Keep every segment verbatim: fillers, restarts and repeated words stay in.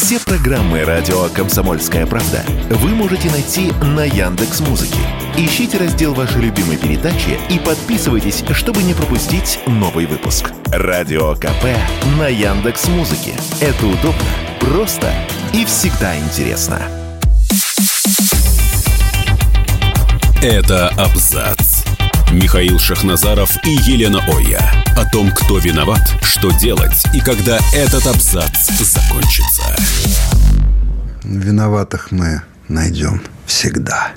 Все программы радио «Комсомольская правда» вы можете найти на Яндекс.Музыке. Ищите раздел вашей любимой передачи и подписывайтесь, чтобы не пропустить новый выпуск. Радио КП на Яндекс.Музыке. Это удобно, просто и всегда интересно. Это абзац. Михаил Шахназаров и Елена Оя. О том, кто виноват, что делать и когда этот абзац закончится. Виноватых мы найдем всегда.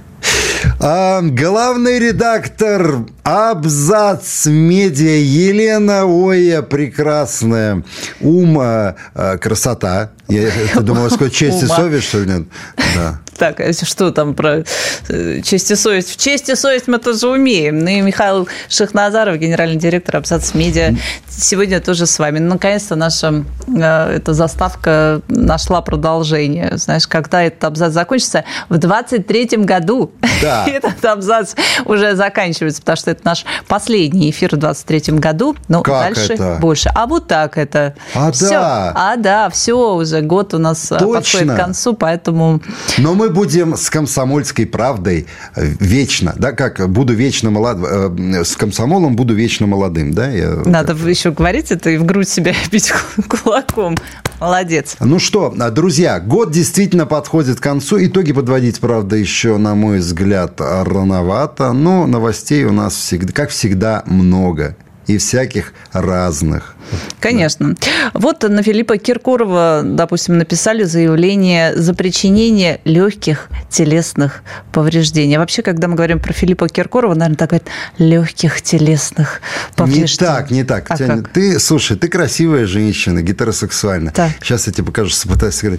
А, главный редактор «Абзац Медиа» Елена Оя, прекрасная, ум, а, красота. Я, ты думала, сколько честь и совесть, что ли? Нет? Да. Так, что там про честь и совесть? В честь и совесть мы тоже умеем. Ну и Михаил Шахназаров, генеральный директор «Абзац Медиа», сегодня тоже с вами. Ну, наконец-то наша эта заставка нашла продолжение. Знаешь, когда этот абзац закончится? В двадцать третьем году да. этот абзац уже заканчивается, потому что это наш последний эфир в двадцать третьем году. Но как дальше это? Больше. А вот так это. А все. да. А да, все уже. Год у нас Точно. подходит к концу, поэтому... Но мы будем с «Комсомольской правдой» вечно, да, как буду вечно молодым, с комсомолом буду вечно молодым, да? Я Надо как... еще говорить это и в грудь себя бить кулаком. Молодец. Ну что, друзья, год действительно подходит к концу. Итоги подводить, правда, еще, на мой взгляд, рановато. Но новостей у нас, всегда, как всегда, много. И всяких разных. Конечно. Да. Вот на Филиппа Киркорова, допустим, написали заявление за причинение легких телесных повреждений. А вообще, когда мы говорим про Филиппа Киркорова, наверное, так говорят, легких телесных повреждений. Не так, не так. А Тебя, ты, слушай, ты красивая женщина, гетеросексуальная. Так. Сейчас я тебе покажу, попытаюсь сказать.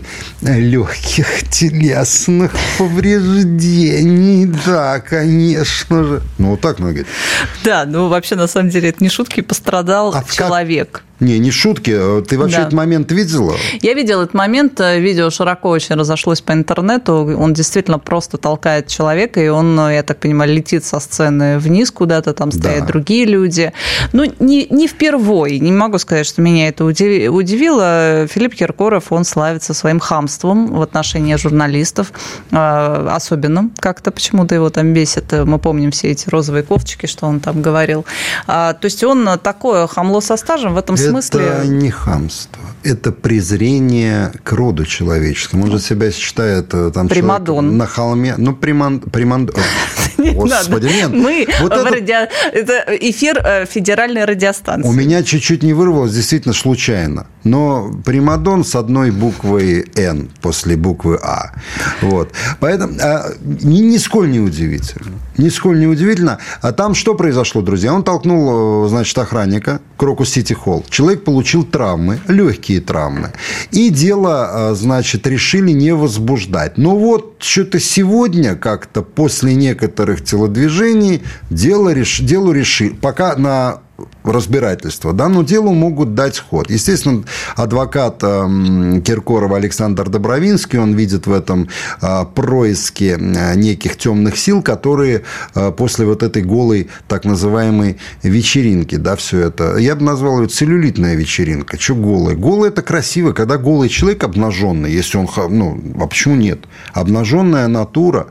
Легких телесных повреждений. Да, конечно же. Ну, вот так надо говорить. Да, ну, вообще, на самом деле, это не шутки, пострадал а человек. Как? Не, не шутки. Ты вообще да. этот момент видела? Я видела этот момент. Видео широко очень разошлось по интернету. Он действительно просто толкает человека, и он, я так понимаю, летит со сцены вниз куда-то, там стоят да. другие люди. Ну, не, не впервой. Не могу сказать, что меня это удивило. Филипп Киркоров, он славится своим хамством в отношении журналистов. Особенным как-то почему-то его там бесит. Мы помним все эти розовые кофточки, что он там говорил. То есть он такое хамло со стажем в этом смысле. Это не хамство, это презрение к роду человеческому. Он же себя считает там примадон на холме. Ну, приман... приман... Господи, нет. Мы вот это... Радио... это эфир федеральной радиостанции. У меня чуть-чуть не вырвалось, действительно, случайно. Но примадон с одной буквой «Н» после буквы «А». Вот. Поэтому а, нисколь не удивительно. Нисколь не удивительно. А там что произошло, друзья? Он толкнул, значит, охранника Крокус Сити Холл. Человек получил травмы, легкие травмы. И дело, значит, решили не возбуждать. Но вот что-то сегодня как-то после некоторых телодвижений дело реш... делу решили. Пока на разбирательство, да, но делу могут дать ход. Естественно, адвокат э, Киркорова Александр Добровинский, он видит в этом э, происке э, неких темных сил, которые э, после вот этой голой так называемой вечеринки, да, все это, я бы назвал ее целлюлитная вечеринка. Что голая? Голая – это красиво, когда голый человек обнаженный, если он, ну, а почему нет? Обнаженная натура,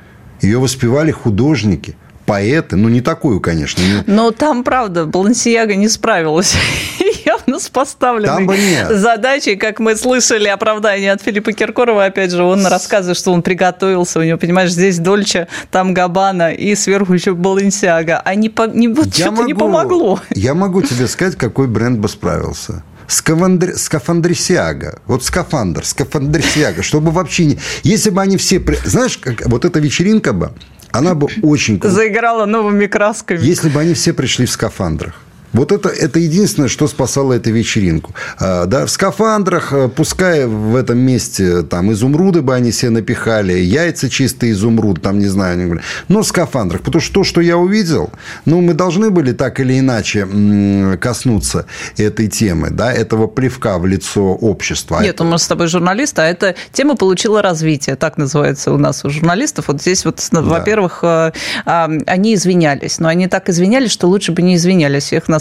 ее воспевали художники, поэты, ну, не такую, конечно. Не... Но там, правда, Баленсиага не справилась явно с поставленной задачей, как мы слышали оправдание от Филиппа Киркорова, опять же, он рассказывает, что он приготовился, у него, понимаешь, здесь Дольче, там Габбана, и сверху еще Баленсиага, а не, по... не... Вот что-то могу... не помогло. Я могу тебе сказать, какой бренд бы справился. Скафандр... Скафандрисиага. Вот скафандр, скафандрисиага, чтобы вообще не... Если бы они все... Знаешь, как... вот эта вечеринка бы, она бы очень... заиграла новыми красками. Если бы они все пришли в скафандрах. Вот это, это единственное, что спасало эту вечеринку. А, да, в скафандрах, пускай в этом месте там изумруды бы они себе напихали, яйца чистые изумруд, там, не знаю, но в скафандрах. Потому что то, что я увидел, ну, мы должны были так или иначе коснуться этой темы, да, этого плевка в лицо общества. Нет, это... мы с тобой журналисты, а эта тема получила развитие, так называется у нас у журналистов. Вот здесь вот, да. Во-первых, они извинялись, но они так извинялись, что лучше бы не извинялись. Их на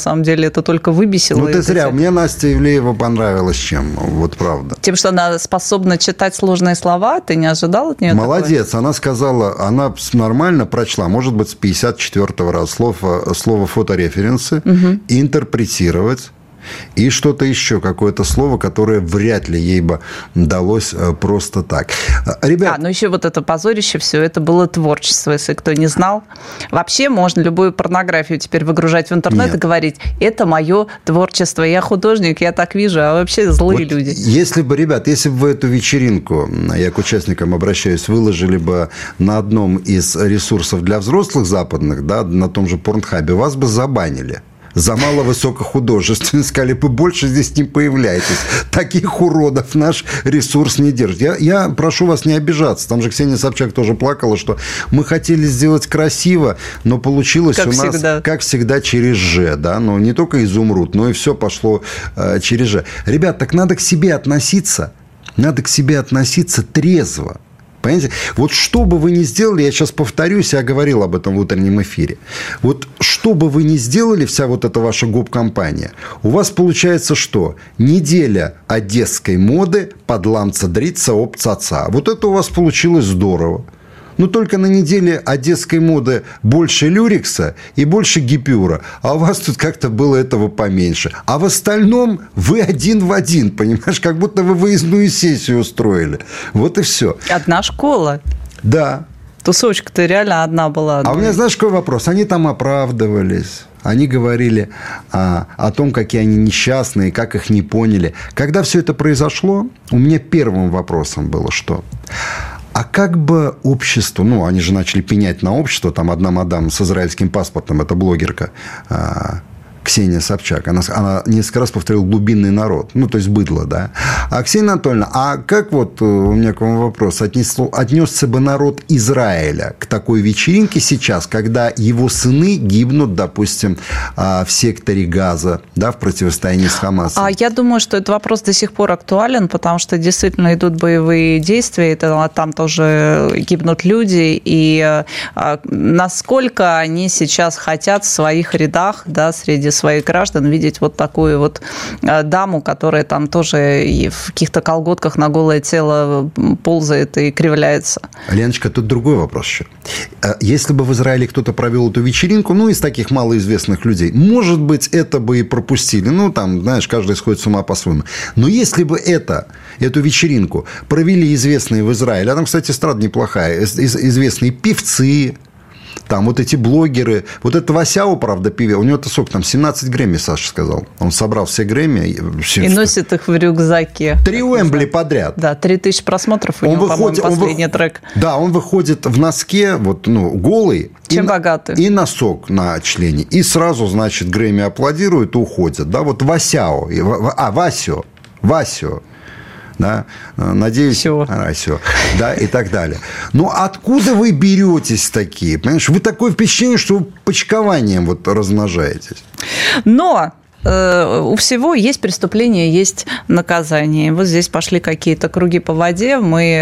самом деле это только выбесило. Ну, ты это зря. все. Мне Настя Ивлеева понравилась чем, вот правда. Тем, что она способна читать сложные слова, ты не ожидал от нее? Молодец. Такое? Она сказала, она нормально прочла, может быть, с пятьдесят четвёртого раза слово, слово фотореференсы, угу. интерпретировать. И что-то еще, какое-то слово, которое вряд ли ей бы далось просто так. Ребят... А, ну еще вот это позорище, все это было творчество, если кто не знал. Вообще можно любую порнографию теперь выгружать в интернет Нет. и говорить, это мое творчество, я художник, я так вижу, а вообще злые вот люди. Если бы, ребят, если бы вы эту вечеринку, я к участникам обращаюсь, выложили бы на одном из ресурсов для взрослых западных, да, на том же Порнхабе, вас бы забанили. За маловысокохудожественность, сказали бы, больше здесь не появляйтесь. Таких уродов наш ресурс не держит. Я, я прошу вас не обижаться. Там же Ксения Собчак тоже плакала, что мы хотели сделать красиво, но получилось как у нас, всегда. как всегда, через «Ж». Да? Но не только изумруд, но и все пошло э, через «Ж». Ребят, так надо к себе относиться. Надо к себе относиться трезво. Понимаете? Вот что бы вы ни сделали, я сейчас повторюсь, я говорил об этом в утреннем эфире. Вот что бы вы ни сделали, вся вот эта ваша гоп-компания, у вас получается что? Неделя одесской моды подламца дрица опцаца. Вот это у вас получилось здорово. Но только на неделе одесской моды больше люрикса и больше гипюра. А у вас тут как-то было этого поменьше. А в остальном вы один в один, понимаешь? Как будто вы выездную сессию устроили. Вот и все. Одна школа. Да. Тусовочка-то реально одна была. А у меня, знаешь, какой вопрос? Они там оправдывались. Они говорили а, о том, какие они несчастные, как их не поняли. Когда все это произошло, у меня первым вопросом было что? А как бы общество, ну, они же начали пенять на общество, там одна мадам с израильским паспортом, это блогерка Ксения Собчак, она, она несколько раз повторила глубинный народ, ну, то есть быдло, да. А Ксения Анатольевна, а как вот, у меня к вам вопрос, отнесло, отнесся бы народ Израиля к такой вечеринке сейчас, когда его сыны гибнут, допустим, в секторе Газа, да, в противостоянии с Хамасом? А я думаю, что этот вопрос до сих пор актуален, потому что действительно идут боевые действия, это, там тоже гибнут люди, и насколько они сейчас хотят в своих рядах, да, среди своих граждан видеть вот такую вот даму, которая там тоже и в каких-то колготках на голое тело ползает и кривляется. Леночка, тут другой вопрос еще. Если бы в Израиле кто-то провел эту вечеринку, ну, из таких малоизвестных людей, может быть, это бы и пропустили. Ну, там, знаешь, каждый сходит с ума по-своему. Но если бы это, эту вечеринку провели известные в Израиле, а там, кстати, эстрада неплохая, известные певцы, там вот эти блогеры. Вот это Васяо, правда, певец. У него-то сколько там? семнадцать Грэмми, Саша сказал. Он собрал все Грэмми. Все, и что... носит их в рюкзаке. Три Уэмбли подряд. Да, три тысячи просмотров у он него, выходит, по-моему, последний он вы... трек. Да, он выходит в носке, вот, ну, голый. Чем и, богатый. И носок на члене. И сразу, значит, Грэмми аплодируют и уходят. Да, вот Васяо. А, Васио. Васио. Да, надеюсь, все. А, все, да, и так далее. Но откуда вы беретесь такие? Понимаешь, вы такое впечатление, что вы почкованием вот размножаетесь. Но у всего есть преступление, есть наказание. Вот здесь пошли какие-то круги по воде.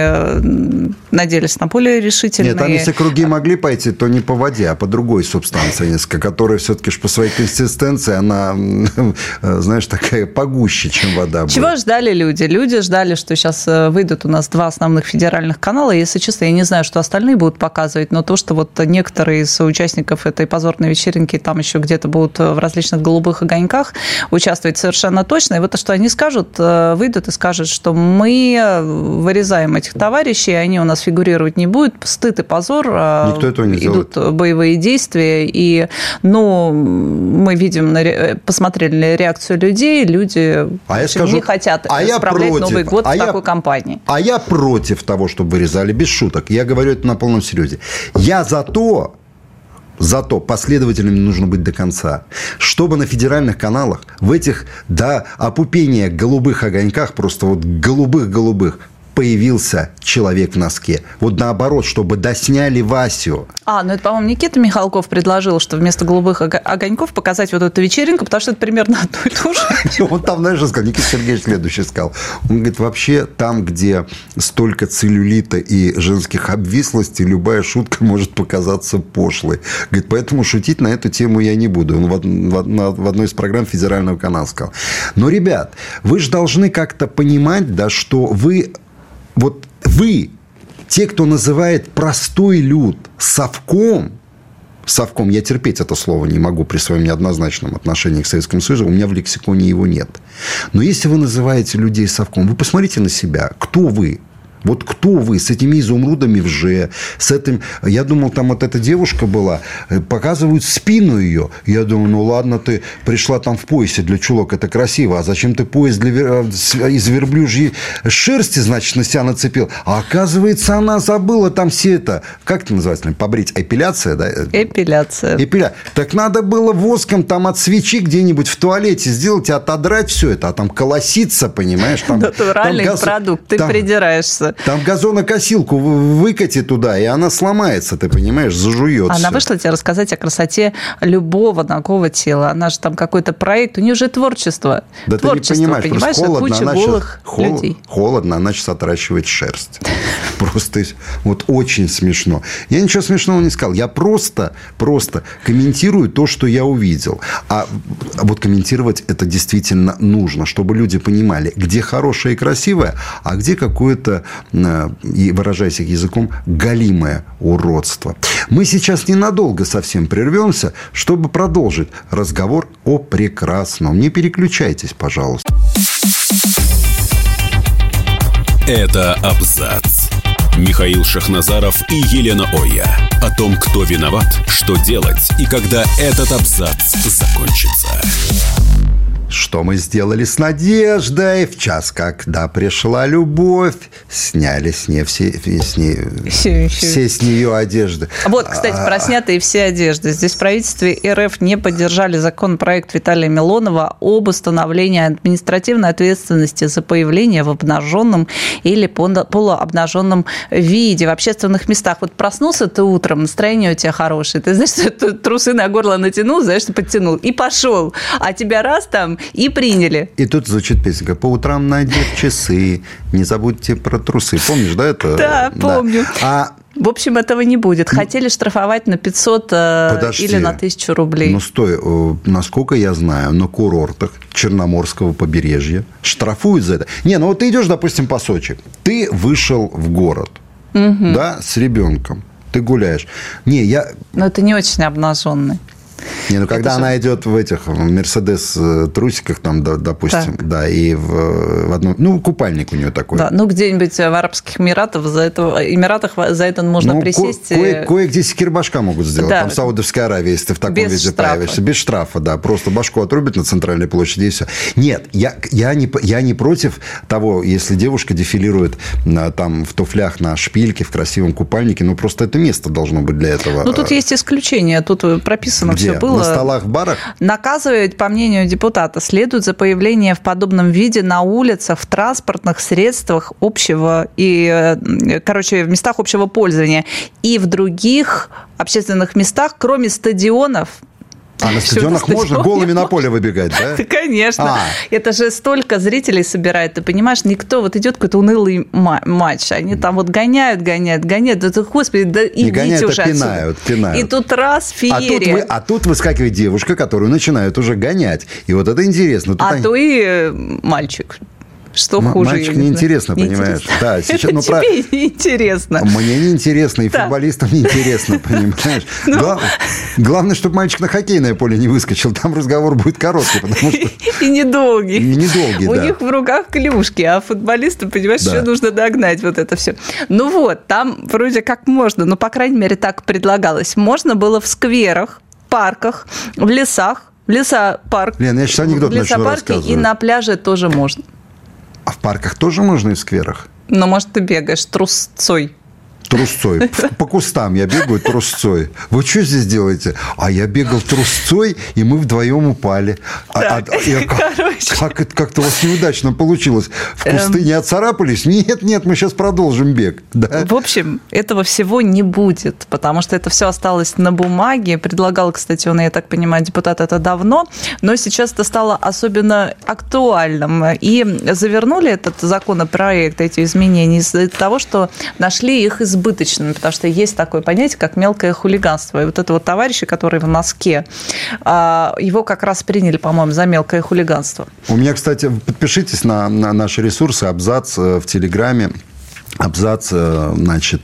Мы надеялись на более решительные... Нет, там если круги могли пойти, то не по воде, а по другой субстанции, которая все-таки по своей консистенции, она, знаешь, такая погуще, чем вода. Чего будет. Ждали люди? Люди ждали, что сейчас выйдут у нас два основных федеральных канала. Если честно, я не знаю, что остальные будут показывать, но то, что вот некоторые из участников этой позорной вечеринки там еще где-то будут в различных голубых огоньках участвовать совершенно точно. И вот то, что они скажут, выйдут и скажут, что мы вырезаем этих товарищей, они у нас фигурировать не будут. Стыд и позор. Никто этого не идут делает. Боевые действия. И, ну, мы видим, посмотрели на реакцию людей. Люди а я скажу, не хотят а справлять против, Новый год а в я, такой компании. А я против того, чтобы вырезали, без шуток. Я говорю это на полном серьезе. Я за то, Зато последователями нужно быть до конца. Чтобы на федеральных каналах в этих до опупения голубых огоньках, просто вот голубых-голубых, появился человек в носке. Вот наоборот, чтобы досняли Васю. А, ну это, по-моему, Никита Михалков предложил, что вместо голубых огоньков показать вот эту вечеринку, потому что это примерно одно и то же. Он там, знаешь, сказал, Никита Сергеевич следующий сказал. Он говорит, вообще там, где столько целлюлита и женских обвислостей, любая шутка может показаться пошлой. Говорит, поэтому шутить на эту тему я не буду. Он в, в одной из программ Федерального канала сказал. Но, ребят, вы же должны как-то понимать, да, что вы, вот вы, те, кто называет простой люд совком, совком, я терпеть это слово не могу при своем неоднозначном отношении к Советскому Союзу, у меня в лексиконе его нет. Но если вы называете людей совком, вы посмотрите на себя, кто вы. Вот кто вы с этими изумрудами в Ж, с этим... Я думал, там вот эта девушка была, показывают спину ее. Я думаю, ну ладно, ты пришла там в поясе для чулок, это красиво. А зачем ты пояс для... из верблюжьей шерсти, значит, на себя нацепил? А оказывается, она забыла там все это... Как это называется? Побрить? Эпиляция, да? Эпиляция. Эпиля... Так надо было воском там от свечи где-нибудь в туалете сделать и отодрать все это. А там колоситься, понимаешь? Там, натуральный там газ... продукт. Ты там... придираешься. Там газонокосилку выкати туда, и она сломается, ты понимаешь, зажуется. Она вышла тебе рассказать о красоте любого ногого тела. Она же там какой-то проект, у нее же творчество. Да творчество, ты не понимаешь, понимаешь, холодно, куча она голых сейчас, людей. Холодно, она сейчас отращивает шерсть. Просто вот очень смешно. Я ничего смешного не сказал. Я просто, просто комментирую то, что я увидел. А вот комментировать это действительно нужно, чтобы люди понимали, где хорошее и красивое, а где какое-то, и выражаясь их языком, галимое уродство. Мы сейчас ненадолго совсем прервемся, чтобы продолжить разговор о прекрасном. Не переключайтесь, пожалуйста. Это абзац. Михаил Шахназаров и Елена Оя. О том, кто виноват, что делать и когда этот абзац закончится. Что мы сделали с Надеждой в час, когда пришла любовь? Сняли с нее все, с ней, все, все с нее одежды. Вот, кстати, про снятые все одежды. Здесь в правительстве эр эф не поддержали законопроект Виталия Милонова об установлении административной ответственности за появление в обнаженном или полуобнаженном виде в общественных местах. Вот проснулся ты утром, настроение у тебя хорошее, ты знаешь, что трусы на горло натянул, знаешь, что подтянул, и пошел. А тебя раз там и приняли. И тут звучит песенка: по утрам надеть часы, не забудьте про трусы. Помнишь, да, это? Да, помню. Да. А... В общем, этого не будет. Хотели штрафовать на пятьсот Подожди. Или на тысячу рублей. Ну, стой. Насколько я знаю, на курортах Черноморского побережья штрафуют за это. Не, ну вот ты идешь, допустим, по Сочи. Ты вышел в город, угу. да, с ребенком. Ты гуляешь. Не, я... Но это не очень обнаженный. Не, ну когда это она же... идет в этих Мерседес трусиках, там, допустим, так. да, и в, в одном, ну, купальник у нее такой. Да, ну, где-нибудь в Арабских Эмиратах за это, Эмиратах за это можно ну, присесть. Ко- кое- кое-где секирбашка могут сделать. Да. Там в Саудовской Аравии, если ты в таком без виде штрафа. Появишься. Без штрафа, да. Просто башку отрубят на центральной площади, и все. Нет, я, я, не, я не против того, если девушка дефилирует там в туфлях на шпильке, в красивом купальнике, но просто это место должно быть для этого. Ну, тут есть исключение. Тут прописано где? Все было. На столах в барах? Наказывать, по мнению депутата, следует за появление в подобном виде на улицах, в транспортных средствах общего и, короче, в местах общего пользования и в других общественных местах, кроме стадионов. А на стадионах можно голыми на поле выбегать, да? Конечно. А. Это же столько зрителей собирает, ты понимаешь, никто, вот идет какой-то унылый матч, они там вот гоняют, гоняют, гоняют, да ты, господи, да идите не гоняют, уже а пинают, пинают. И тут раз феерия. А тут, вы, а тут выскакивает девушка, которую начинают уже гонять. И вот это интересно. Тут а они... то и мальчик. Что М- хуже? Мальчик неинтересно, не понимаешь? Интересно. Да, сейчас, это ну, тебе про... неинтересно. Мне неинтересно, и да. футболистам неинтересно, понимаешь? Ну... Глав... Главное, чтобы мальчик на хоккейное поле не выскочил. Там разговор будет короткий, потому что... И недолгий. И недолгий, У да. них в руках клюшки, а футболисты, понимаешь, да. еще нужно догнать вот это все. Ну вот, там вроде как можно, но, по крайней мере, так предлагалось. Можно было в скверах, парках, в лесах, в лесопарк. Лен, я сейчас анекдот начну рассказывать. И на пляже тоже можно. А в парках тоже можно и в скверах? Ну, может, ты бегаешь трусцой. трусцой. По кустам я бегаю трусцой. Вы что здесь делаете? А я бегал трусцой, и мы вдвоем упали. Так, а, я, как, как, как-то у вас неудачно получилось. В кусты эм... не отцарапались? Нет, нет, мы сейчас продолжим бег. Да? В общем, этого всего не будет, потому что это все осталось на бумаге. Предлагал, кстати, он, я так понимаю, депутат это давно, но сейчас это стало особенно актуальным. И завернули этот законопроект, эти изменения из-за того, что нашли их избыточными, потому что есть такое понятие, как мелкое хулиганство. И вот это вот товарищи, который в носке, его как раз приняли, по-моему, за мелкое хулиганство. У меня, кстати, подпишитесь на, на наши ресурсы, Абзац в Телеграме. Абзац, значит,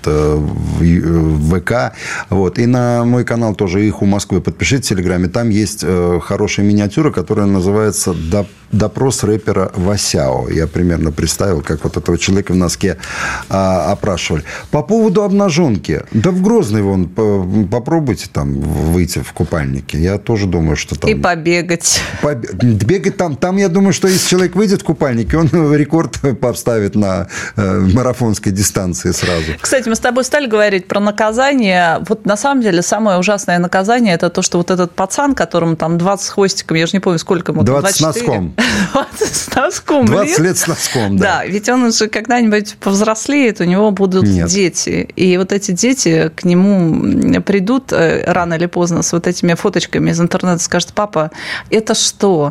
в ВК. Вот. И на мой канал тоже «Иху Москвы» подпишитесь в Телеграме. Там есть хорошая миниатюра, которая называется «Допрос рэпера Васяо». Я примерно представил, как вот этого человека в носке а, опрашивали. По поводу обнаженки. Да в Грозный вон попробуйте там выйти в купальнике. Я тоже думаю, что там... И побегать. Побе... Бегать там. Там, я думаю, что если человек выйдет в купальнике, он рекорд поставит на э, марафонской дистанции сразу. Кстати, мы с тобой стали говорить про наказание. Вот на самом деле самое ужасное наказание – это то, что вот этот пацан, которому там двадцать с хвостиком, я же не помню, сколько ему, двадцать с носком. двадцать с носком. двадцать лет с носком, да. Да, ведь он уже когда-нибудь повзрослеет, у него будут Нет. дети. И вот эти дети к нему придут рано или поздно с вот этими фоточками из интернета, скажут: папа, это что?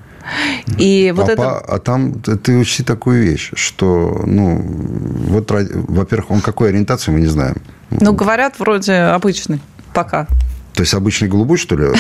И вот Папа, это... А там ты учти такую вещь, что, ну, вот, во-первых, он какой ориентации, мы не знаем. Ну, говорят, вроде обычный пока. То есть обычный голубой, что ли?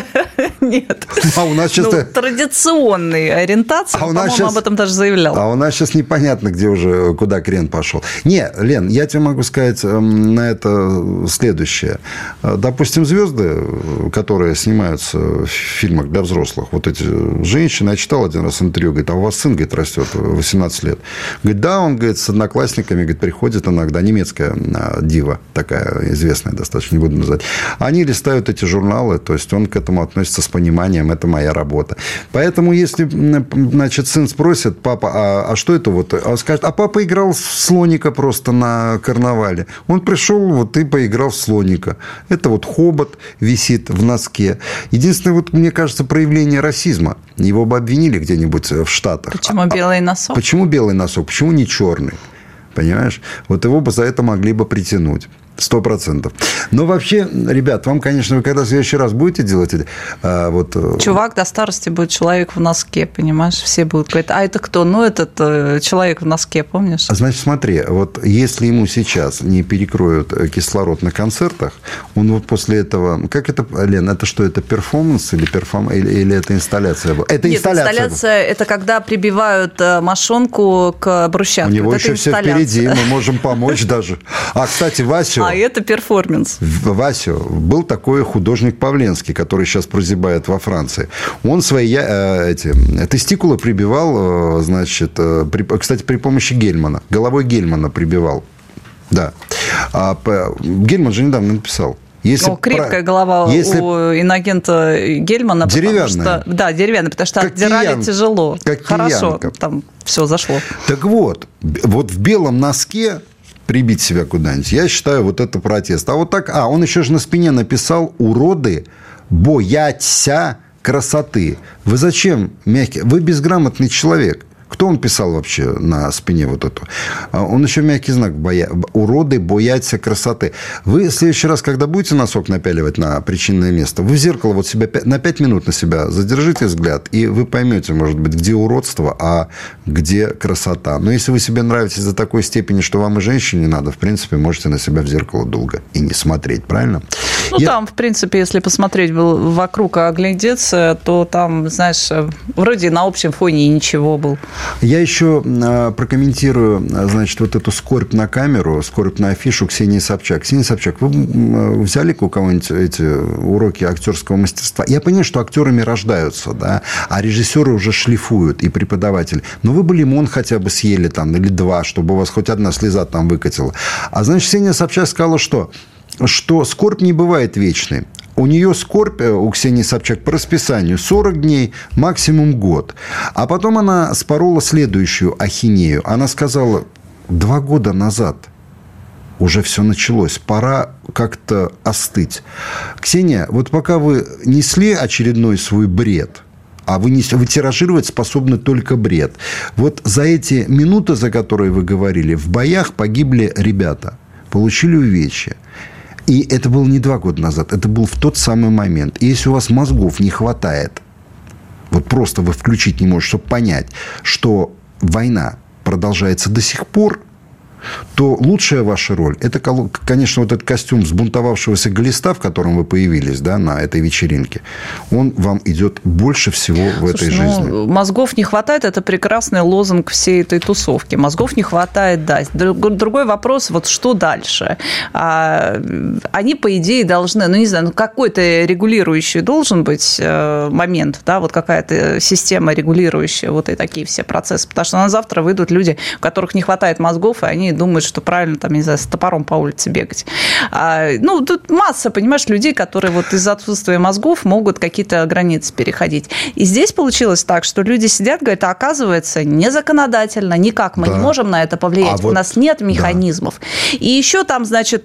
Нет. А у нас сейчас... Ну, традиционной ориентации, а по-моему, сейчас... об этом даже заявлял. А у нас сейчас непонятно, где уже, куда крен пошел. Не, Лен, я тебе могу сказать на это следующее. Допустим, звезды, которые снимаются в фильмах для взрослых, вот эти женщины, я читал один раз интервью, говорит: а у вас сын, говорит, растет восемнадцать лет. Говорит: да, он, говорит, с одноклассниками, говорит, приходит иногда, немецкая дива, такая известная достаточно, не буду называть. Они листают эти журналы, то есть он к этому относится с пониманием, это моя работа. Поэтому, если, значит, сын спросит: папа, а, а что это вот? Он скажет: а папа играл в слоника просто на карнавале. Он пришел вот и поиграл в слоника. Это вот хобот висит в носке. Единственное, вот, мне кажется, проявление расизма. Его бы обвинили где-нибудь в Штатах. Почему белый носок? Почему белый носок? Почему не черный? Понимаешь? Вот его бы за это могли бы притянуть. Сто процентов. Но вообще, ребят, вам, конечно, вы когда в следующий раз будете делать это... А, вот... Чувак до старости будет человек в носке, понимаешь? Все будут говорить: а это кто? Ну, этот э, человек в носке, помнишь? Значит, смотри, вот если ему сейчас не перекроют кислород на концертах, он вот после этого... Как это, Лен, это что, это перформанс или, перформ... или, или это инсталляция? Это Нет, инсталляция. инсталляция – это когда прибивают мошонку к брусчатке. У него вот еще все впереди, мы можем помочь даже. А, кстати, Васю... А это перформанс. Васю, был такой художник Павленский, который сейчас прозябает во Франции. Он свои э, эти, тестикулы прибивал, э, значит, э, при, кстати, при помощи Гельмана. Головой Гельмана прибивал. Да. А, по, Гельман же недавно написал. Если ну, крепкая про... голова Если... у инагента Гельмана. Деревянная. Что... Да, деревянная, потому что как отдирали киян... тяжело. Как Хорошо, киянка. Там все зашло. Так вот, вот в белом носке прибить себя куда-нибудь, я считаю, вот это протест. А вот так, а, он еще же на спине написал: уроды, боятся красоты. Вы зачем мягкий? Вы безграмотный человек. Кто он писал вообще на спине вот эту? Он еще мягкий знак: боя... уроды боятся красоты. Вы в следующий раз, когда будете носок напяливать на причинное место, вы в зеркало вот себя на пять минут на себя задержите взгляд, и вы поймете, может быть, где уродство, а где красота. Но если вы себе нравитесь до такой степени, что вам и женщине не надо, в принципе, можете на себя в зеркало долго и не смотреть, правильно? Ну, Я... там, в принципе, если посмотреть вокруг и оглядеться, то там, знаешь, вроде на общем фоне и ничего был. Я еще прокомментирую, значит, вот эту скорбь на камеру, скорбь на афишу Ксении Собчак. Ксения Собчак, вы взяли у кого-нибудь эти уроки актерского мастерства? Я понимаю, что актерами рождаются, да, а режиссеры уже шлифуют, и преподаватель. Но вы бы лимон хотя бы съели там, или два, чтобы у вас хоть одна слеза там выкатила. А, значит, Ксения Собчак сказала, что, что скорбь не бывает вечной. У нее скорбь, у Ксении Собчак, по расписанию сорок дней, максимум год. А потом она спорола следующую ахинею. Она сказала: два года назад Уже все началось. Пора как-то остыть. Ксения, вот пока вы несли очередной свой бред, а вы, не, вы тиражировать способны только бред. Вот за эти минуты, за которые вы говорили, в боях погибли ребята, получили увечья. И это было не два года назад, это был в тот самый момент. И если у вас мозгов не хватает, вот просто вы включить не можете, чтобы понять, что война продолжается до сих пор, то лучшая ваша роль – это, конечно, вот этот костюм взбунтовавшегося глиста, в котором вы появились, да, на этой вечеринке, он вам идет больше всего в Слушай, этой жизни. Ну, мозгов не хватает – это прекрасный лозунг всей этой тусовки. Мозгов не хватает, да. Другой вопрос, вот что дальше? А, они, по идее, должны, ну, не знаю, ну, какой-то регулирующий должен быть момент, да, вот какая-то система регулирующая вот и такие все процессы. Потому что на завтра выйдут люди, у которых не хватает мозгов, и они думают, что правильно, там, не знаю, с топором по улице бегать. А, ну, тут масса, понимаешь, людей, которые вот из-за отсутствия мозгов могут какие-то границы переходить. И здесь получилось так, что люди сидят, говорят, а оказывается, незаконодательно, никак мы да. не можем на это повлиять. А у вот, нас нет механизмов. Да. И еще там, значит,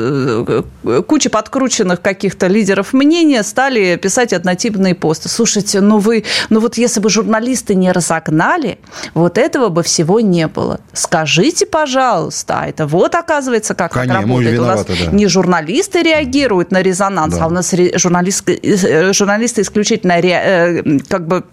куча подкрученных каких-то лидеров мнения стали писать однотипные посты. Слушайте, ну вы, ну вот если бы журналисты не разогнали, вот этого бы всего не было. Скажите, пожалуйста, Пожалуйста, это вот оказывается, как Конечно, это работает. У нас да. не журналисты реагируют на резонанс, да. а у нас журналисты, журналисты исключительно ре, как бы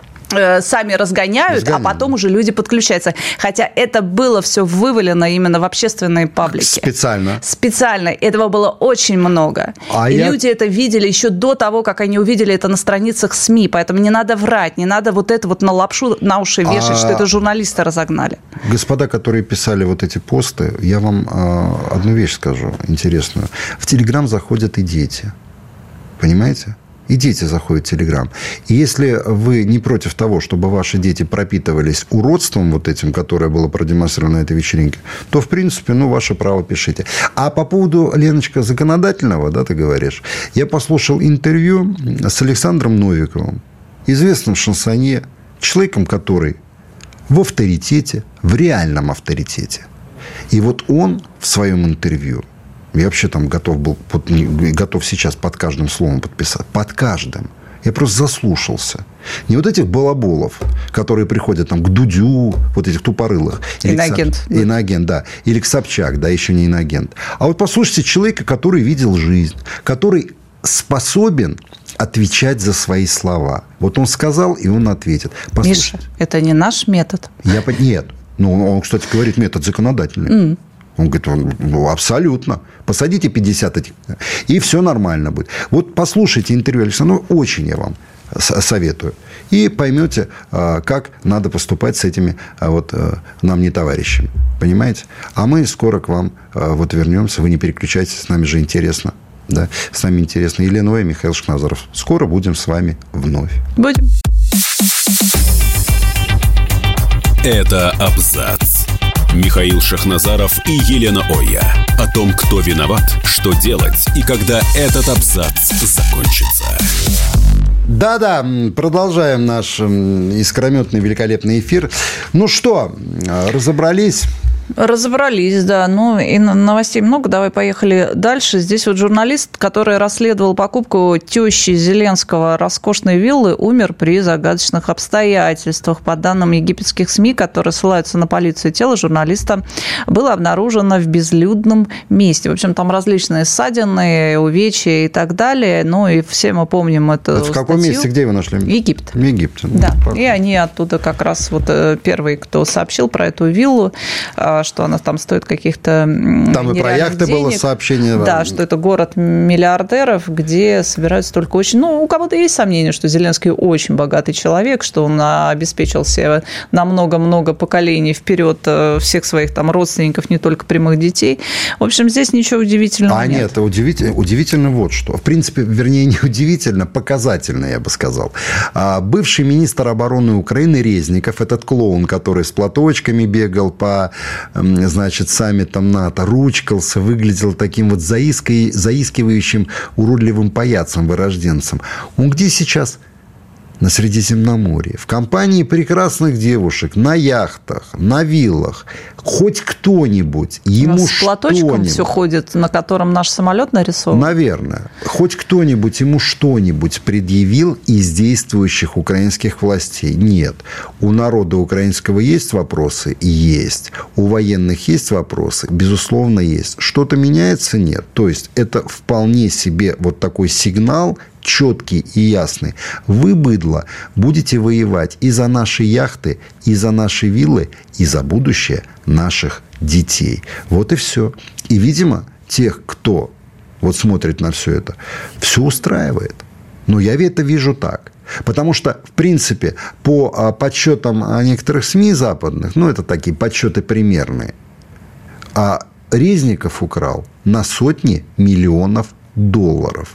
сами разгоняют, Разгоняют. а потом уже люди подключаются. Хотя это было все вывалено именно в общественные паблики. Специально. Специально. Этого было очень много. А и я... люди это видели еще до того, как они увидели это на страницах СМИ. Поэтому не надо врать, не надо вот это вот на лапшу на уши вешать, а... что это журналисты разогнали. Господа, которые писали вот эти посты, я вам э, одну вещь скажу интересную. В Телеграм заходят и дети. Понимаете? И дети заходят в Телеграм. И если вы не против того, чтобы ваши дети пропитывались уродством вот этим, которое было продемонстрировано на этой вечеринке, то, в принципе, ну, ваше право, пишите. А по поводу, Леночка, законодательного, да, ты говоришь, я послушал интервью с Александром Новиковым, известным шансонье, человеком, который в авторитете, в реальном авторитете. И вот он в своем интервью, я вообще там готов был, готов сейчас под каждым словом подписать. Под каждым. Я просто заслушался. Не вот этих балаболов, которые приходят там к Дудю, вот этих тупорылых. Иноагент. Или к, иноагент, да. Или к Собчак, да, еще не иноагент. А вот послушайте человека, который видел жизнь, который способен отвечать за свои слова. Вот он сказал, и он ответит. Миша, это не наш метод. Я, нет. Ну, он, кстати, говорит, метод законодательный. Mm. Он говорит, ну, абсолютно. Посадите пятьдесят этих, и все нормально будет. Вот послушайте интервью Александра, очень я вам советую. И поймете, как надо поступать с этими вот нам не товарищами. Понимаете? А мы скоро к вам вот вернемся. Вы не переключайтесь, с нами же интересно. Да? С нами интересно. Елена Оя, Михаил Шахназаров. Скоро будем с вами вновь. Будем. Это «Абзац». Михаил Шахназаров и Елена Оя. О том, кто виноват, что делать и когда этот абзац закончится. Да-да, продолжаем наш искрометный великолепный эфир. Ну что, разобрались? Разобрались, да. Ну, и новостей много. Давай поехали дальше. Здесь вот журналист, который расследовал покупку тещи Зеленского роскошной виллы, умер при загадочных обстоятельствах. По данным египетских СМИ, которые ссылаются на полицию, тело журналиста было обнаружено в безлюдном месте. В общем, там различные ссадины, увечья и так далее. Ну, и все мы помним эту Это в каком статью. месте? Где его нашли? Египет. В Египте. Да. И они оттуда как раз вот первые, кто сообщил про эту виллу, что она там стоит каких-то Там и про яхты денег. Было сообщение. Да, что это город миллиардеров, где собираются только очень... Ну, у кого-то есть сомнения, что Зеленский очень богатый человек, что он обеспечил себе на много-много поколений вперед всех своих там родственников, не только прямых детей. В общем, здесь ничего удивительного а нет. А нет, удивительно, удивительно вот что. В принципе, вернее, не удивительно, показательно, я бы сказал. Бывший министр обороны Украины Резников, этот клоун, который с платочками бегал по... значит, саммитом НАТО, ручкался, выглядел таким вот заискивающим, уродливым паяцем, вырожденцем. Он где сейчас? на Средиземноморье, в компании прекрасных девушек, на яхтах, на виллах, хоть кто-нибудь ему с платочком все ходит, на котором наш самолет нарисован? Наверное. Хоть кто-нибудь ему что-нибудь предъявил из действующих украинских властей? Нет. У народа украинского есть вопросы? Есть. У военных есть вопросы? Безусловно, есть. Что-то меняется? Нет. То есть, это вполне себе вот такой сигнал, четкий и ясный. Вы, быдло, будете воевать и за наши яхты, и за наши виллы, и за будущее наших детей. Вот и все. И, видимо, тех, кто вот смотрит на все это, все устраивает. Но я это вижу так. Потому что, в принципе, по подсчетам некоторых СМИ западных, ну, это такие подсчеты примерные, а Резников украл на сотни миллионов долларов.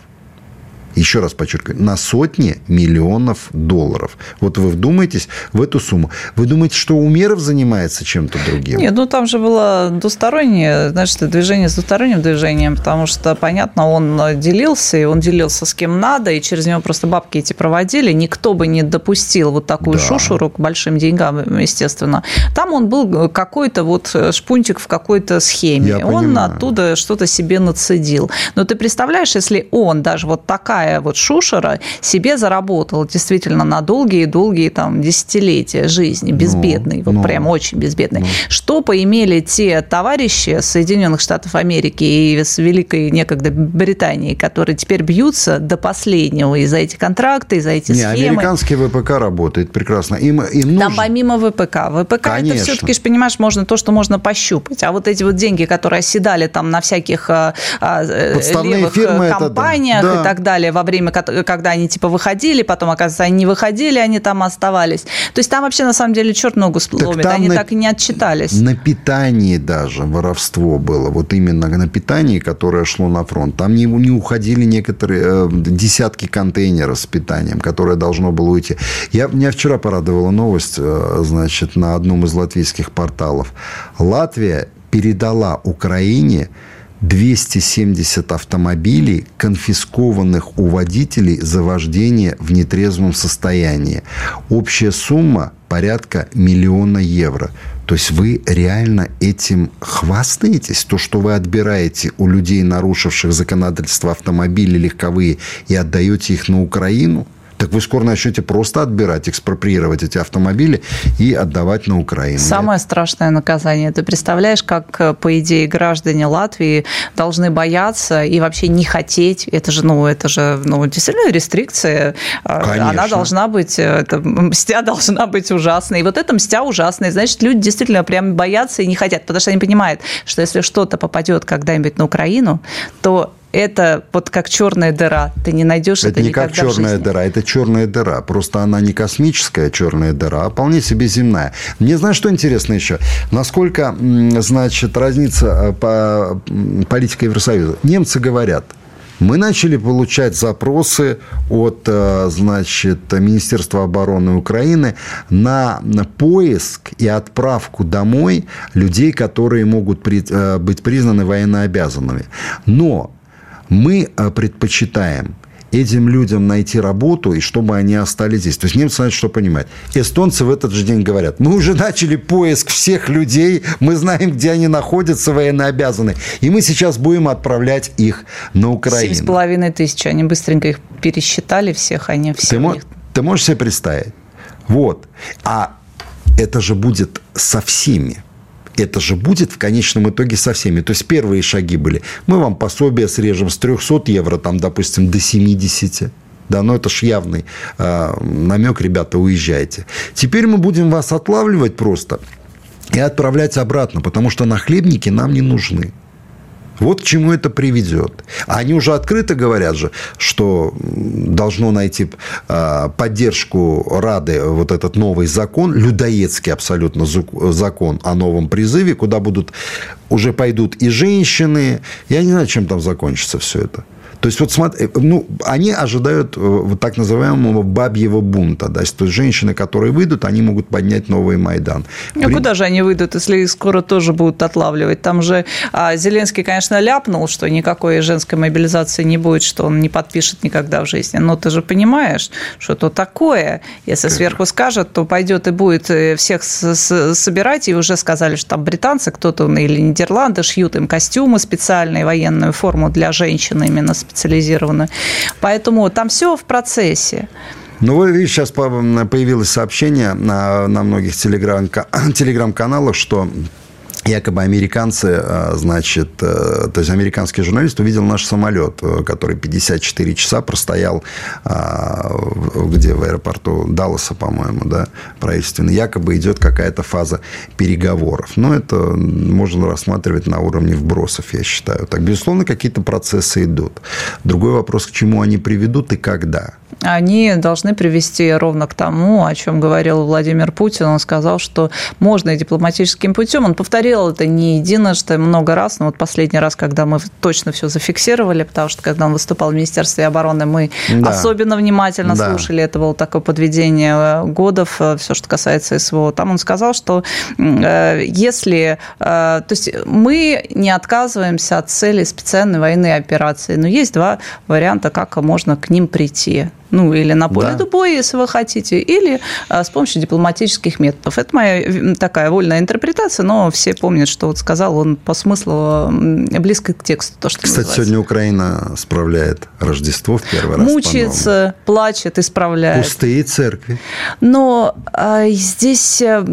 Еще раз подчеркиваю, на сотни миллионов долларов. Вот вы вдумаетесь в эту сумму. Вы думаете, что Умеров занимается чем-то другим? Нет, ну там же было двустороннее, значит, движение с двусторонним движением, потому что, понятно, он делился, и он делился с кем надо, и через него просто бабки эти проводили. Никто бы не допустил вот такую да. шушуру к большим деньгам, естественно. Там он был какой-то вот шпунтик в какой-то схеме. Я он понимаю. Оттуда что-то себе нацедил. Но ты представляешь, если он даже вот такая вот шушера себе заработал действительно на долгие-долгие там десятилетия жизни, безбедный, ну, вот ну, прям очень безбедный. Ну. Что поимели те товарищи с Соединенных Штатов Америки и с Великой некогда Британии, которые теперь бьются до последнего и за эти контракты, и за эти Не, схемы? Американский ВПК работает прекрасно. Им, им Там нужно... помимо ВПК. ВПК Конечно. Это все-таки, понимаешь, можно то, что можно пощупать. А вот эти вот деньги, которые оседали там на всяких а, левых компаниях это, да. и так далее, во время, когда они типа выходили, потом, оказывается, они не выходили, они там оставались. То есть там вообще, на самом деле, черт ногу сломит. Они на, так и не отчитались. На питании даже воровство было. Вот именно на питании, которое шло на фронт. Там не, не уходили некоторые э, десятки контейнеров с питанием, которое должно было уйти. Я, меня вчера порадовала новость, э, значит, на одном из латвийских порталов. Латвия передала Украине двести семьдесят автомобилей, конфискованных у водителей за вождение в нетрезвом состоянии. Общая сумма порядка миллиона евро. То есть вы реально этим хвастаетесь? То, что вы отбираете у людей, нарушивших законодательство, автомобили легковые, и отдаете их на Украину? Так вы скоро начнете просто отбирать, экспроприировать эти автомобили и отдавать на Украину. Самое страшное наказание. Ты представляешь, как, по идее, граждане Латвии должны бояться и вообще не хотеть. Это же, ну, это же, ну, действительно рестрикция. Конечно. Она должна быть, это, мстя должна быть ужасной. И вот эта мстя ужасная. Значит, люди действительно прям боятся и не хотят, потому что они понимают, что если что-то попадет когда-нибудь на Украину, то это вот как черная дыра. Ты не найдешь это, это никогда в жизни. Это не как черная дыра, это черная дыра. Просто она не космическая черная дыра, а вполне себе земная. Мне, знаешь, что интересно еще? Насколько, значит, разница по политике Евросоюза. Немцы говорят, мы начали получать запросы от, значит, Министерства обороны Украины на поиск и отправку домой людей, которые могут быть признаны военнообязанными. Но мы предпочитаем этим людям найти работу, и чтобы они остались здесь. То есть немцы знают, что понимать. Эстонцы в этот же день говорят, мы уже начали поиск всех людей, мы знаем, где они находятся, военнообязанные, и мы сейчас будем отправлять их на Украину. Семь с половиной тысяч. Они быстренько их пересчитали всех, они все. Ты, них... мо- ты можешь себе представить? Вот. А это же будет со всеми. Это же будет в конечном итоге со всеми. То есть, первые шаги были. Мы вам пособие срежем с трехсот евро, там, допустим, до семидесяти. Да, но это ж явный э, намек, ребята, уезжайте. Теперь мы будем вас отлавливать просто и отправлять обратно, потому что нахлебники нам не нужны. Вот к чему это приведет. А они уже открыто говорят же, что должно найти поддержку Рады вот этот новый закон, людоедский абсолютно закон о новом призыве, куда будут уже пойдут и женщины. Я не знаю, чем там закончится все это. То есть, вот смотри, ну, они ожидают вот так называемого бабьего бунта. Да? То есть, женщины, которые выйдут, они могут поднять новый Майдан. Ну, При... куда же они выйдут, если их скоро тоже будут отлавливать? Там же а, Зеленский, конечно, ляпнул, что никакой женской мобилизации не будет, что он не подпишет никогда в жизни. Но ты же понимаешь, что это такое. Если сверху скажет, то пойдет и будет всех собирать. И уже сказали, что там британцы, кто-то или Нидерланды шьют им костюмы специальные, военную форму для женщин именно специализированную. Поэтому там все в процессе. Ну, вы видите, сейчас появилось сообщение на, на многих телеграм, телеграм-каналах, что якобы американцы, значит, то есть американский журналист увидел наш самолет, который пятьдесят четыре часа простоял где в аэропорту Далласа, по-моему, да, правительственный. Якобы идет какая-то фаза переговоров. Но это можно рассматривать на уровне вбросов, я считаю. Так, безусловно, какие-то процессы идут. Другой вопрос, к чему они приведут и когда. Они должны привести ровно к тому, о чем говорил Владимир Путин. Он сказал, что можно и дипломатическим путем. Он повторил это не единожды, много раз. Но вот последний раз, когда мы точно все зафиксировали, потому что когда он выступал в Министерстве обороны, мы да. особенно внимательно да. слушали. Это было такое подведение годов, все, что касается СВО. Там он сказал, что если... То есть мы не отказываемся от цели специальной военной операции, но есть два варианта, как можно к ним прийти. Ну, или на поле да. боя, если вы хотите, или а, с помощью дипломатических методов. Это моя такая вольная интерпретация, но все помнят, что вот сказал он по смыслу близко к тексту. То, что Кстати, называется. Сегодня Украина справляет Рождество в первый раз. Мучается, плачет, исправляет. Пустые церкви. Но а, здесь... А,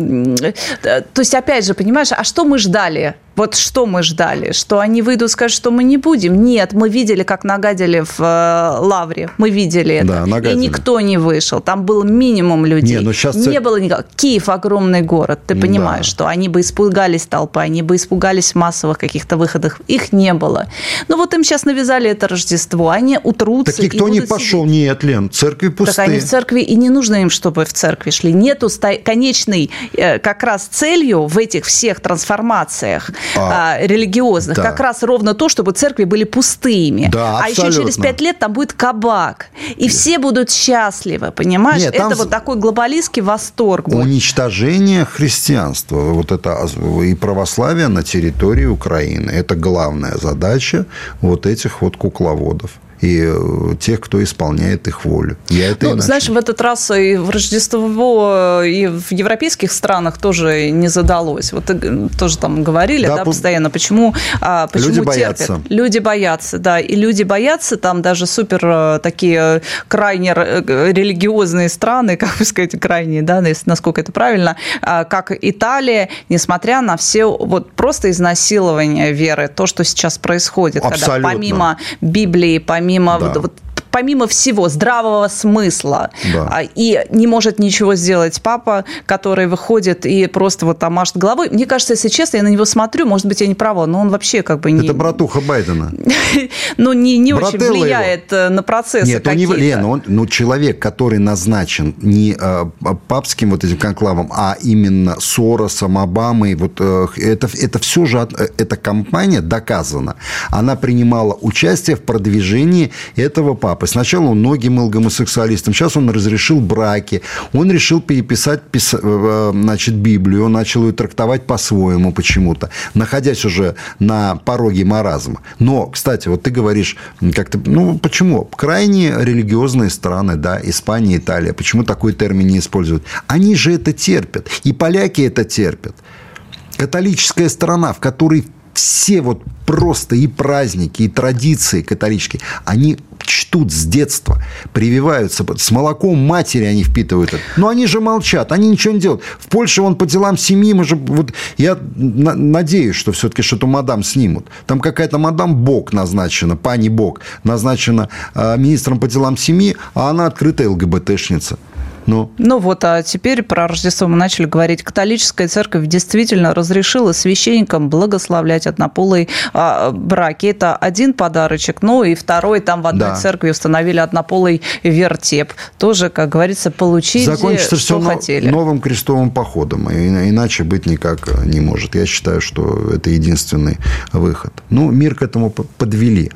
то есть, опять же, понимаешь, а что мы ждали? Вот что мы ждали? Что они выйдут и скажут, что мы не будем? Нет, мы видели, как нагадили в э, Лавре. Мы видели это. Да, нагадили. И никто не вышел. Там был минимум людей. Не, но сейчас... не было никого. Киев – огромный город. Ты понимаешь, да. что они бы испугались толпы, они бы испугались массовых каких-то выходов. Их не было. Но вот им сейчас навязали это Рождество. Они утрутся. Так никто не пошел. Сидеть. Нет, Лен, церкви пустые. Так они в церкви, и не нужно им, чтобы в церкви шли. Нету конечной э, как раз целью в этих всех трансформациях А, религиозных, да. как раз ровно то, чтобы церкви были пустыми. Да, а еще через пять лет там будет кабак. И Нет. все будут счастливы, понимаешь? Нет, это вот такой глобалистский восторг будет. Уничтожение христианства, вот это и православия на территории Украины. Это главная задача вот этих вот кукловодов. И тех, кто исполняет их волю. Я это ну, знаешь, в этот раз и в Рождество, и в европейских странах тоже не задалось. Вот тоже там говорили, да, да постоянно, почему, почему люди терпят. боятся. Люди боятся, да. И люди боятся, там даже супер такие крайне религиозные страны, как бы сказать, крайние, да, насколько это правильно, как Италия, несмотря на все вот просто изнасилование веры, то, что сейчас происходит, Абсолютно. Когда помимо Библии, помимо Помимо, да. вот, помимо всего здравого смысла да. и не может ничего сделать папа, который выходит и просто вот там машет головой. Мне кажется, если честно, я на него смотрю, может быть, я не права, но он вообще как бы не... Это братуха Байдена. Ну, не, не очень влияет его. На процессы Нет, какие-то. Нет, Лена, он, ну, человек, который назначен не э, папским вот этим конклавом, а именно Соросом, Обамой, вот э, это, это все же, эта компания доказана. Она принимала участие в продвижении этого папы. Сначала он ноги мыл гомосексуалистам, сейчас он разрешил браки, он решил переписать значит, Библию, он начал ее трактовать по-своему почему-то, находясь уже на пороге маразма. Но, кстати, вот ты говоришь, как-то, ну, почему? Крайне религиозные страны, да, Испания, Италия, почему такой термин не используют? Они же это терпят, и поляки это терпят. Католическая страна, в которой все вот просто и праздники, и традиции католические, они чтут с детства, прививаются, с молоком матери они впитывают это. Но они же молчат, они ничего не делают. В Польше вон по делам семьи, мы же, вот, я на, надеюсь, что все-таки что-то мадам снимут. Там какая-то мадам Бог назначена, пани Бог назначена э, министром по делам семьи, а она открытая ЛГБТшница. Ну. ну вот, а теперь про Рождество мы начали говорить. Католическая церковь действительно разрешила священникам благословлять однополые а, браки. Это один подарочек. Ну и второй, там в одной да. церкви установили однополый вертеп. Тоже, как говорится, получили, Закончится что все хотели. Новым крестовым походом. Иначе быть никак не может. Я считаю, что это единственный выход. Ну, мир к этому подвели.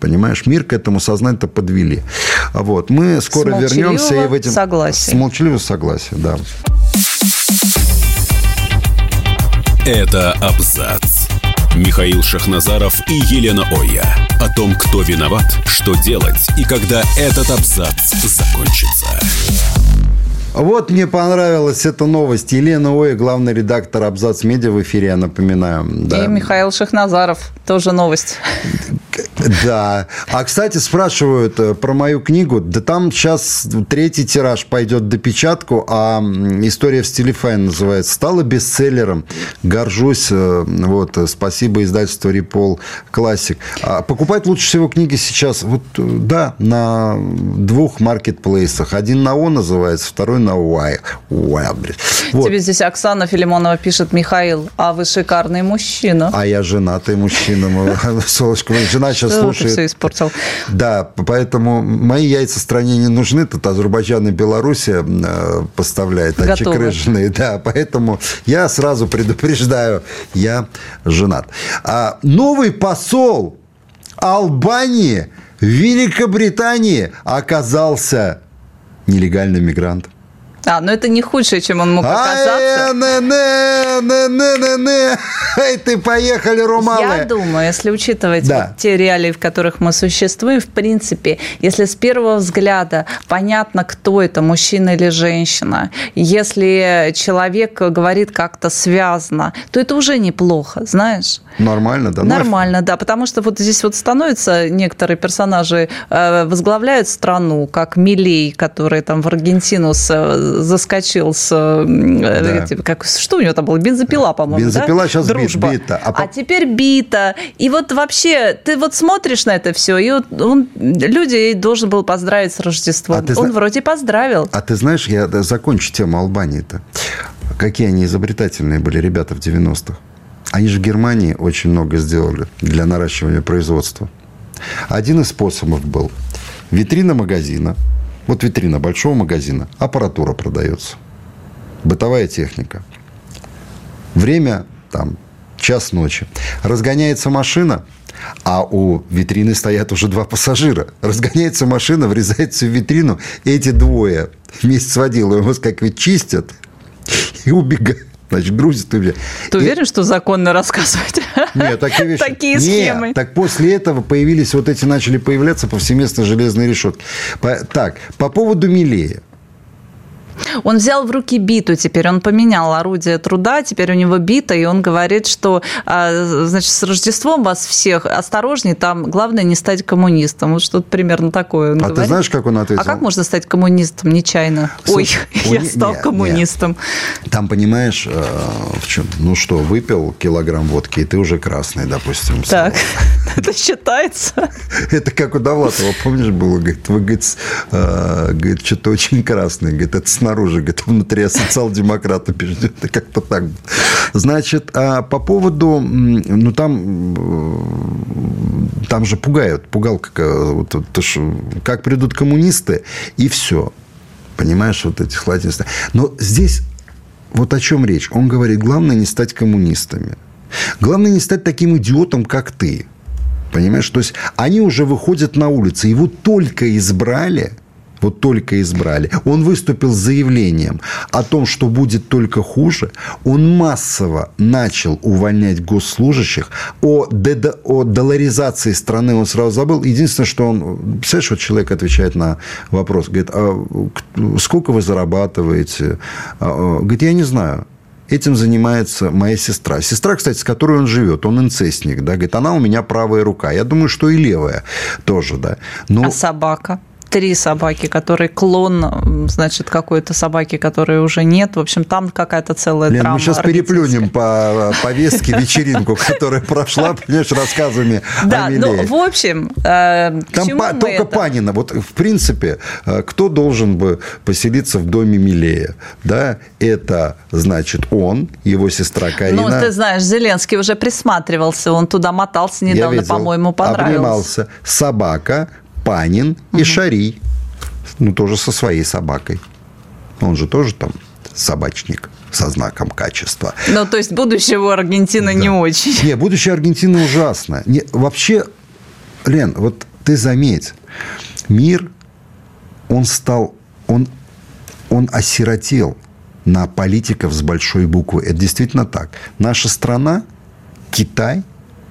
Понимаешь, мир к этому сознательно подвели. Вот. Мы скоро вернемся и в этим... Согласие. С молчаливого согласия, да. Это «Абзац». Михаил Шахназаров и Елена Оя. О том, кто виноват, что делать и когда этот абзац закончится. Вот мне понравилась эта новость. Елена Оя, главный редактор «Абзац Медиа» в эфире, я напоминаю. Да. И Михаил Шахназаров, тоже новость. Да. А, кстати, спрашивают про мою книгу. Да там сейчас третий тираж пойдет допечатку, а «История в стиле Файн» называется. Стала бестселлером. Горжусь. Вот. Спасибо издательству «Репол Классик». А покупать лучше всего книги сейчас, вот, да, на двух маркетплейсах. Один на О называется, второй на Wildberries. Вот. Тебе здесь Оксана Филимонова пишет: Михаил, а вы шикарный мужчина. А я женатый мужчина. Солнышко, жена сейчас Что слушает. ты все испортил? Да, поэтому мои яйца стране не нужны. Тут Азербайджан и Белоруссия поставляют отчекрыженные. Да, поэтому я сразу предупреждаю, я женат. А новый посол Албании в Великобритании оказался нелегальным мигрантом. А, ну это не худшее, чем он мог оказаться. Эй, ты поехали, румалы. Я думаю, если учитывать да. вот те реалии, в которых мы существуем, в принципе, если с первого взгляда понятно, кто это, мужчина или женщина, если человек говорит как-то связно, то это уже неплохо, знаешь? Нормально, да? Нормально, да, потому что вот здесь вот становятся некоторые персонажи, э, возглавляют страну, как Милей, который там в Аргентину с, заскочил с... Да. Э, как, что у него там было? Бензопила, по-моему, Бензопила да? сейчас Дружба. бита. А, а теперь бита. И вот вообще, ты вот смотришь на это все, и вот он, людей должен был поздравить с Рождеством. А он зна... вроде поздравил. А ты знаешь, я закончу тему Албании-то. Какие они изобретательные были ребята в девяностых. Они же в Германии очень много сделали для наращивания производства. Один из способов был витрина магазина. Вот витрина большого магазина. Аппаратура продается. Бытовая техника. Время, там, час ночи. Разгоняется машина, а у витрины стоят уже два пассажира. Разгоняется машина, врезается в витрину. Эти двое вместе с водилой его как ведь чистят и убегают. Значит, грузит. И... Ты уверен, и... что законно рассказывать? Нет, такие вещи. Такие схемы. Нет, так после этого появились вот эти, начали появляться повсеместно железные решетки. Так, по поводу Милея. Он взял в руки биту теперь, он поменял орудие труда, теперь у него бита, и он говорит, что, значит, с Рождеством вас всех осторожней, там главное не стать коммунистом. Вот что-то примерно такое он а говорит. Ты знаешь, как он ответил? А как можно стать коммунистом нечаянно? Слушай, Ой, я стал нет, коммунистом. Нет. Там, понимаешь, в чем? Ну что, выпил килограмм водки, и ты уже красный, допустим. Так, это считается? Это как у Довлатова, помнишь, было? Говорит, вы, говорит, что-то очень красный. Говорит, это снаружи, говорит, внутри социал-демократа пишет. Это как-то так. Значит, а по поводу... Ну, там... Там же пугают. Пугалка. Вот, как придут коммунисты, и все. Понимаешь, вот этих латинских... Но здесь вот о чем речь. Он говорит, главное не стать коммунистами. Главное не стать таким идиотом, как ты. Понимаешь? То есть, они уже выходят на улицы. Его только избрали... Вот только избрали. Он выступил с заявлением о том, что будет только хуже. Он массово начал увольнять госслужащих. О, дед... о долларизации страны он сразу забыл. Единственное, что он... Представляешь, вот человек отвечает на вопрос. Говорит, а сколько вы зарабатываете? Говорит, я не знаю. Этим занимается моя сестра. Сестра, кстати, с которой он живет. Он инцестник. Да? Говорит, она у меня правая рука. Я думаю, что и левая тоже. Да? Но... А собака? Три собаки, которые клон, значит, какой-то собаки, которой уже нет. В общем, там какая-то целая Лен, драма. Мы сейчас переплюнем по повестке вечеринку, которая прошла, понимаешь, рассказами да, о Милее. Ну, в общем, э, там по, только это? Панина. Вот, в принципе, кто должен бы поселиться в доме Милея? Да, это, значит, он, его сестра Карина. Ну, ты знаешь, Зеленский уже присматривался, он туда мотался недавно, видел, по-моему, понравился. Обнимался. Собака, Панин и угу. Шарий. Ну, тоже со своей собакой. Он же тоже там собачник со знаком качества. Ну, то есть, будущее у Аргентины да. не очень. Не, будущее Аргентины ужасно. Не, вообще, Лен, вот ты заметь, мир, он стал, он, он осиротел на политиков с большой буквы. Это действительно так. Наша страна, Китай,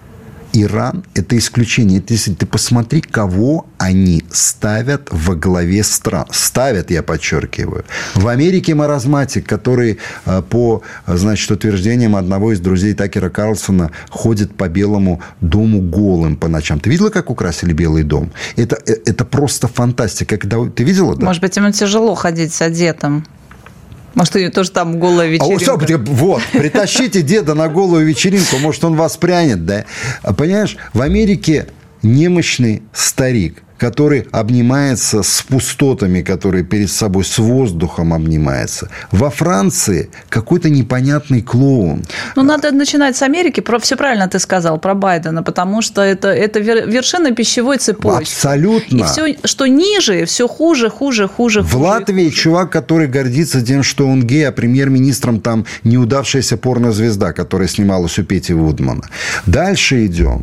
Иран – это исключение. Это, если ты посмотри, кого они ставят во главе стран. Ставят, я подчеркиваю. В Америке маразматик, который по, значит, утверждениям одного из друзей Такера Карлсона ходит по Белому дому голым по ночам. Ты видела, как украсили Белый дом? Это, это просто фантастика. Когда... Ты видела? Да? Может быть, ему тяжело ходить с одетым. Может, у него тоже там голая вечеринка. А, вот, притащите деда на голую вечеринку, может, он воспрянет, да? Понимаешь, в Америке немощный старик, который обнимается с пустотами, которые перед собой с воздухом обнимается. Во Франции какой-то непонятный клоун. Ну, надо начинать с Америки. Про, все правильно ты сказал про Байдена, потому что это, это вершина пищевой цепочки. Абсолютно. И все, что ниже, все хуже, хуже, хуже. В хуже, Латвии хуже. Чувак, который гордится тем, что он гей, а премьер-министром там неудавшаяся порнозвезда, которая снималась у Пети Вудмана. Дальше идем.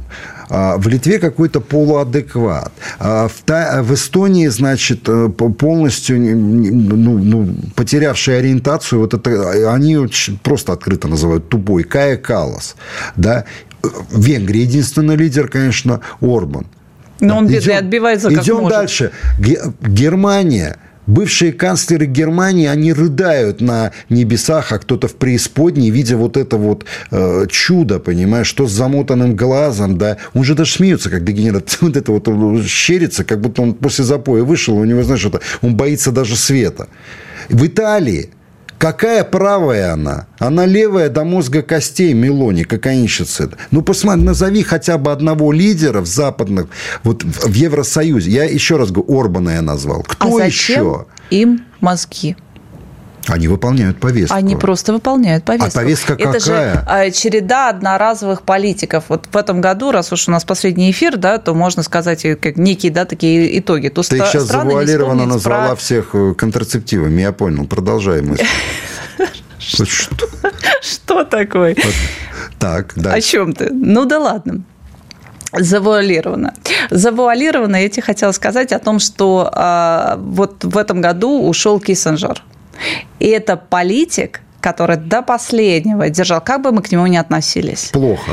В Литве какой-то полуадекват. В, Та... в Эстонии, значит, полностью ну, ну, потерявшие ориентацию, вот это, они просто открыто называют тупой, Кая Каллас. Да? В Венгрии единственный лидер, конечно, Орбан. Но он бедный, отбивается как идем может. Дальше. Германия. Бывшие канцлеры Германии, они рыдают на небесах, а кто-то в преисподней, видя вот это вот э, чудо, понимаешь, что с замотанным глазом, да. Он же даже смеется, как дегенерат, вот это вот он щерится, как будто он после запоя вышел, у него, знаешь, это, он боится даже света. В Италии какая правая она? Она левая до мозга костей, Мелони, кокаинщица. Ну, посмотри, назови хотя бы одного лидера в западных, вот в Евросоюзе. Я еще раз говорю, Орбана я назвал. Кто а зачем еще? Им мозги? Они выполняют повестку. Они просто выполняют повестку. А повестка какая? Это же череда одноразовых политиков. Вот в этом году, раз уж у нас последний эфир, да, то можно сказать как некие, да, такие итоги. То Ты ст- сейчас завуалированно назвала про... всех контрацептивами. Я понял. Продолжай мысль. Что такое? Так, да. О чем ты? Ну да ладно. Завуалировано. Завуалировано, я тебе хотела сказать о том, что э, вот в этом году ушел Киссинджер. И это политик, который до последнего держал, как бы мы к нему ни относились. Плохо.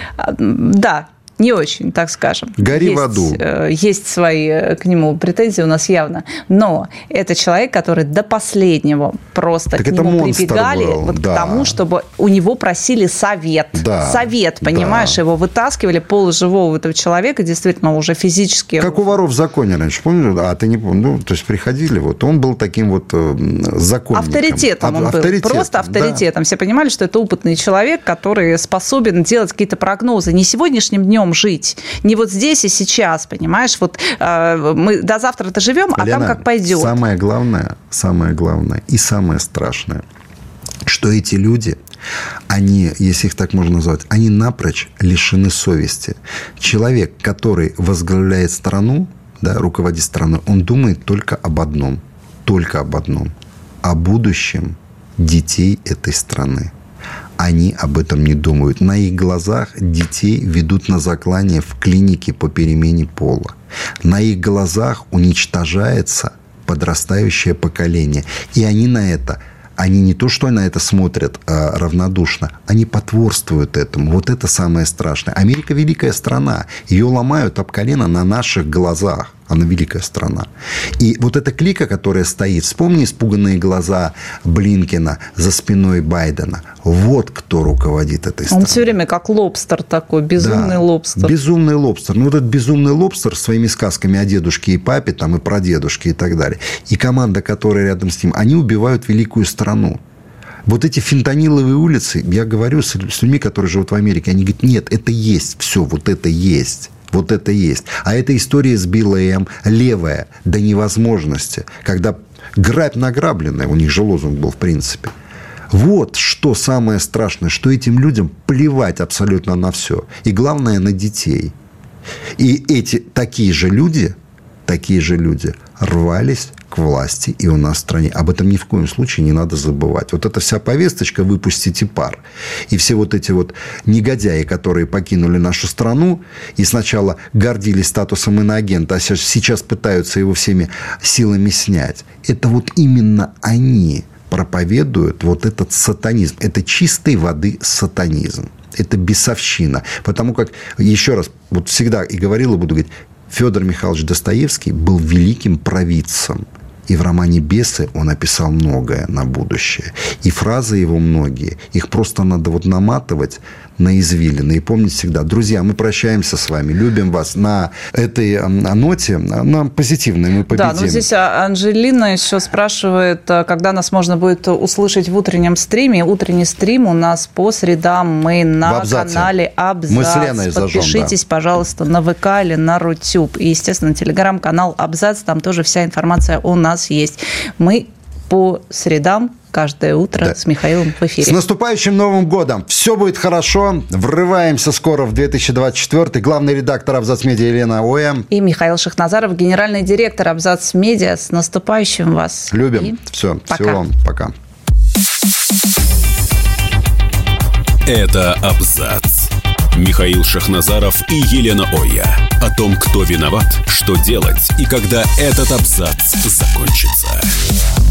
Да. Не очень, так скажем. Гори есть, в аду. Есть свои к нему претензии у нас явно. Но это человек, который до последнего просто так к нему прибегали вот да. к тому, чтобы у него просили совет. Да. Совет, понимаешь? Да. Его вытаскивали полуживого этого человека, действительно уже физически. Как у воров в законе раньше, помнишь? А ты не помнишь? Ну, то есть приходили, вот он был таким вот законником. Авторитетом он Авторитет, был. Просто авторитетом. Да. Все понимали, что это опытный человек, который способен делать какие-то прогнозы. Не сегодняшним днем жить. Не вот здесь и сейчас, понимаешь? Вот э, мы до завтра-то живем, а Лена, там как пойдет. Самое главное, самое главное и самое страшное, что эти люди, они, если их так можно назвать, они напрочь лишены совести. Человек, который возглавляет страну, да, руководит страной, он думает только об одном, только об одном, о будущем детей этой страны. Они об этом не думают. На их глазах детей ведут на заклание в клинике по перемене пола. На их глазах уничтожается подрастающее поколение. И они на это, они не то, что на это смотрят а, равнодушно, они потворствуют этому. Вот это самое страшное. Америка – великая страна. Ее ломают об колено на наших глазах. Она великая страна. И вот эта клика, которая стоит, вспомни испуганные глаза Блинкена за спиной Байдена. Вот кто руководит этой страной. Он все время как лобстер такой, безумный да, лобстер. Безумный лобстер. Ну, вот этот безумный лобстер своими сказками о дедушке и папе, там, и прадедушке и так далее. И команда, которая рядом с ним, они убивают великую страну. Вот эти фентаниловые улицы, я говорю с людьми, которые живут в Америке, они говорят, нет, это есть, все, вот это есть. Вот это есть. А эта история с БЛМ левая до невозможности. Когда грабь награбленная, у них же лозунг был в принципе. Вот что самое страшное, что этим людям плевать абсолютно на все. И главное, на детей. И эти такие же люди такие же люди рвались к власти и у нас в стране. Об этом ни в коем случае не надо забывать. Вот эта вся повесточка «выпустите пар». И все вот эти вот негодяи, которые покинули нашу страну и сначала гордились статусом иноагента, а сейчас пытаются его всеми силами снять. Это вот именно они проповедуют вот этот сатанизм. Это чистой воды сатанизм. Это бесовщина. Потому как, еще раз, вот всегда и говорил, и буду говорить, Федор Михайлович Достоевский был великим провидцем. И в романе «Бесы» он описал многое на будущее. И фразы его многие, их просто надо вот наматывать на извилины и помнить всегда. Друзья, мы прощаемся с вами, любим вас на этой ноте, на позитивной мы победим. Да, ну здесь Анжелина еще спрашивает, когда нас можно будет услышать в утреннем стриме. Утренний стрим у нас по средам, мы на канале Абзац. Мы с Леной зажжем, подпишитесь, да. пожалуйста, на ВК или на Рутюб. И, естественно, телеграм-канал Абзац, там тоже вся информация у нас есть. Мы по средам каждое утро да. с Михаилом в эфире. С наступающим Новым годом! Все будет хорошо. Врываемся скоро в две тысячи двадцать четвёртый. Главный редактор Абзац Медиа Елена Оя. И Михаил Шахназаров, генеральный директор Абзац Медиа. С наступающим вас. Любим. И Все. Пока. Всего вам. Пока. Это Абзац. Михаил Шахназаров и Елена Оя. О том, кто виноват, что делать и когда этот абзац закончится.